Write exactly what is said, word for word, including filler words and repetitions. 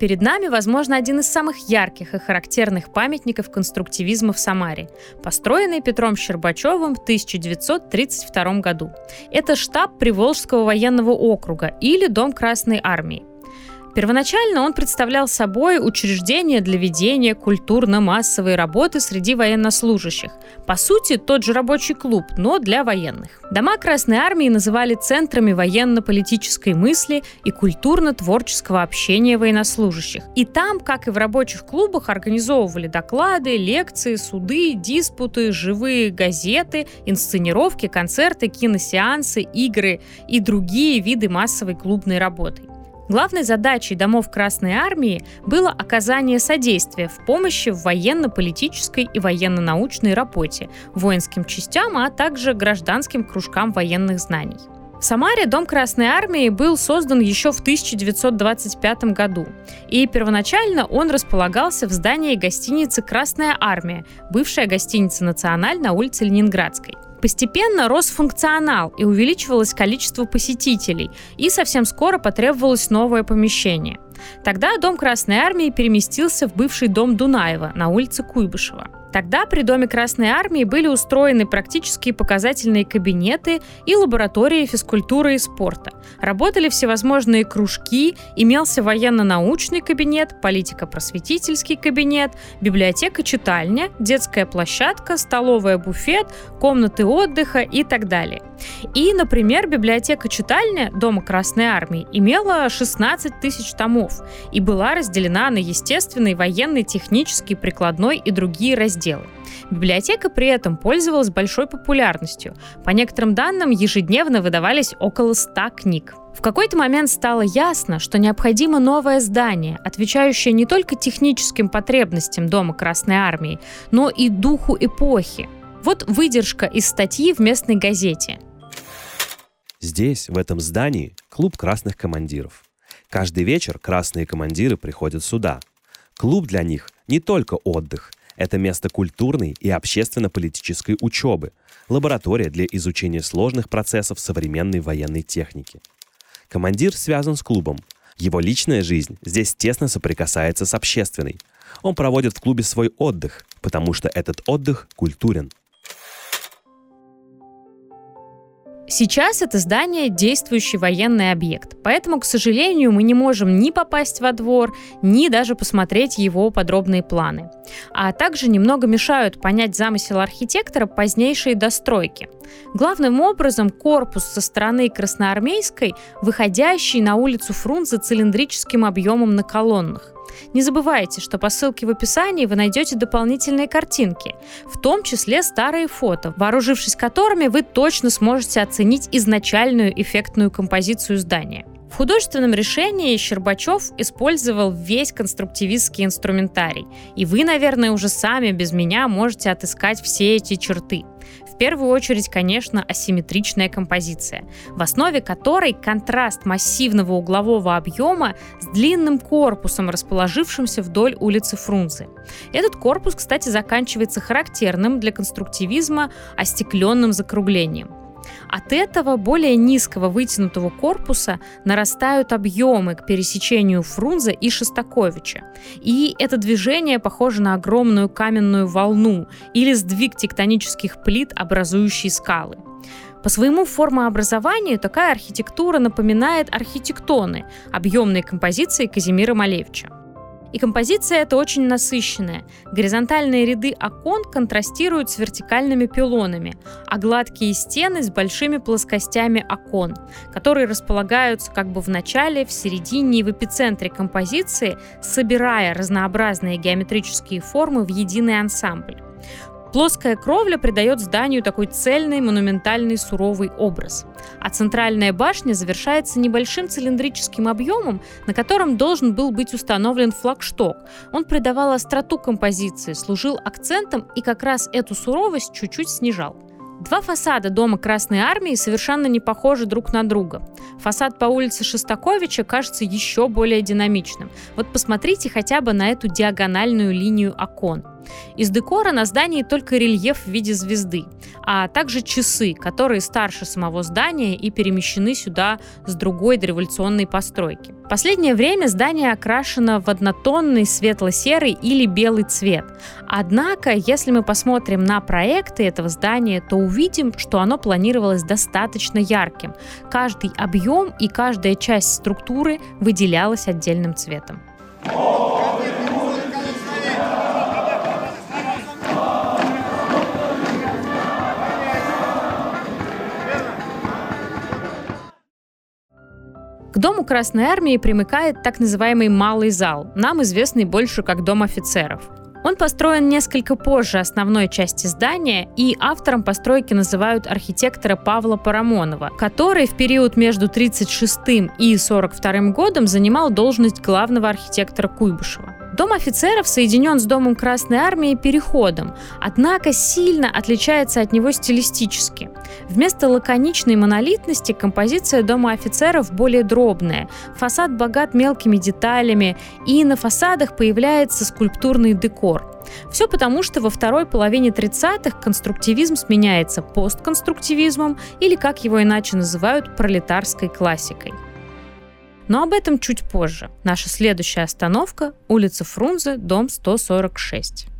перед нами, возможно, один из самых ярких и характерных памятников конструктивизма в Самаре, построенный Петром Щербачевым в тысяча девятьсот тридцать втором году. Это штаб Приволжского военного округа или Дом Красной Армии. Первоначально он представлял собой учреждение для ведения культурно-массовой работы среди военнослужащих. По сути, тот же рабочий клуб, но для военных. Дома Красной Армии называли центрами военно-политической мысли и культурно-творческого общения военнослужащих. И там, как и в рабочих клубах, организовывали доклады, лекции, суды, диспуты, живые газеты, инсценировки, концерты, киносеансы, игры и другие виды массовой клубной работы. Главной задачей домов Красной Армии было оказание содействия в помощи в военно-политической и военно-научной работе, воинским частям, а также гражданским кружкам военных знаний. В Самаре Дом Красной Армии был создан еще в тысяча девятьсот двадцать пятом году, и первоначально он располагался в здании гостиницы «Красная Армия», бывшая гостиница «Националь» на улице Ленинградской. Постепенно рос функционал и увеличивалось количество посетителей, и совсем скоро потребовалось новое помещение. Тогда Дом Красной Армии переместился в бывший дом Дунаева на улице Куйбышева. Тогда при Доме Красной Армии были устроены практические показательные кабинеты и лаборатории физкультуры и спорта. Работали всевозможные кружки, имелся военно-научный кабинет, политико-просветительский кабинет, библиотека-читальня, детская площадка, столовая-буфет, комнаты отдыха и так далее. И, например, библиотека-читальня Дома Красной Армии имела шестнадцать тысяч томов и была разделена на естественный, военный, технический, прикладной и другие разделы. Библиотека при этом пользовалась большой популярностью. По некоторым данным, ежедневно выдавались около ста книг. В какой-то момент стало ясно, что необходимо новое здание, отвечающее не только техническим потребностям Дома Красной Армии, но и духу эпохи. Вот выдержка из статьи в местной газете. Здесь, в этом здании, клуб красных командиров. Каждый вечер красные командиры приходят сюда. Клуб для них не только отдых. Это место культурной и общественно-политической учебы, лаборатория для изучения сложных процессов современной военной техники. Командир связан с клубом. Его личная жизнь здесь тесно соприкасается с общественной. Он проводит в клубе свой отдых, потому что этот отдых культурен. Сейчас это здание – действующий военный объект, поэтому, к сожалению, мы не можем ни попасть во двор, ни даже посмотреть его подробные планы. А также немного мешают понять замысел архитектора позднейшие достройки. Главным образом корпус со стороны Красноармейской, выходящий на улицу Фрунзе цилиндрическим объемом на колоннах. Не забывайте, что по ссылке в описании вы найдете дополнительные картинки, в том числе старые фото, вооружившись которыми вы точно сможете оценить изначальную эффектную композицию здания. В художественном решении Щербачев использовал весь конструктивистский инструментарий, и вы, наверное, уже сами без меня можете отыскать все эти черты. В первую очередь, конечно, асимметричная композиция, в основе которой контраст массивного углового объема с длинным корпусом, расположившимся вдоль улицы Фрунзе. Этот корпус, кстати, заканчивается характерным для конструктивизма остекленным закруглением. От этого более низкого вытянутого корпуса нарастают объемы к пересечению Фрунзе и Шостаковича. И это движение похоже на огромную каменную волну или сдвиг тектонических плит, образующий скалы. По своему формообразованию такая архитектура напоминает архитектоны, объемные композиции Казимира Малевича. И композиция эта очень насыщенная. Горизонтальные ряды окон контрастируют с вертикальными пилонами, а гладкие стены с большими плоскостями окон, которые располагаются как бы в начале, в середине и в эпицентре композиции, собирая разнообразные геометрические формы в единый ансамбль. Плоская кровля придает зданию такой цельный, монументальный, суровый образ. А центральная башня завершается небольшим цилиндрическим объемом, на котором должен был быть установлен флагшток. Он придавал остроту композиции, служил акцентом и как раз эту суровость чуть-чуть снижал. Два фасада Дома Красной Армии совершенно не похожи друг на друга. Фасад по улице Шостаковича кажется еще более динамичным. Вот посмотрите хотя бы на эту диагональную линию окон. Из декора на здании только рельеф в виде звезды, а также часы, которые старше самого здания и перемещены сюда с другой дореволюционной постройки. Последнее время здание окрашено в однотонный светло-серый или белый цвет. Однако, если мы посмотрим на проекты этого здания, то увидим, что оно планировалось достаточно ярким. Каждый объем и каждая часть структуры выделялась отдельным цветом. К Дому Красной Армии примыкает так называемый Малый зал, нам известный больше как Дом офицеров. Он построен несколько позже основной части здания, и автором постройки называют архитектора Павла Парамонова, который в период между тридцать шестым и сорок вторым годом занимал должность главного архитектора Куйбышева. Дом офицеров соединен с Домом Красной Армии переходом, однако сильно отличается от него стилистически. Вместо лаконичной монолитности композиция Дома офицеров более дробная, фасад богат мелкими деталями, и на фасадах появляется скульптурный декор. Все потому, что во второй половине тридцатых конструктивизм сменяется постконструктивизмом, или, как его иначе называют, пролетарской классикой. Но об этом чуть позже. Наша следующая остановка – улица Фрунзе, дом сто сорок шесть.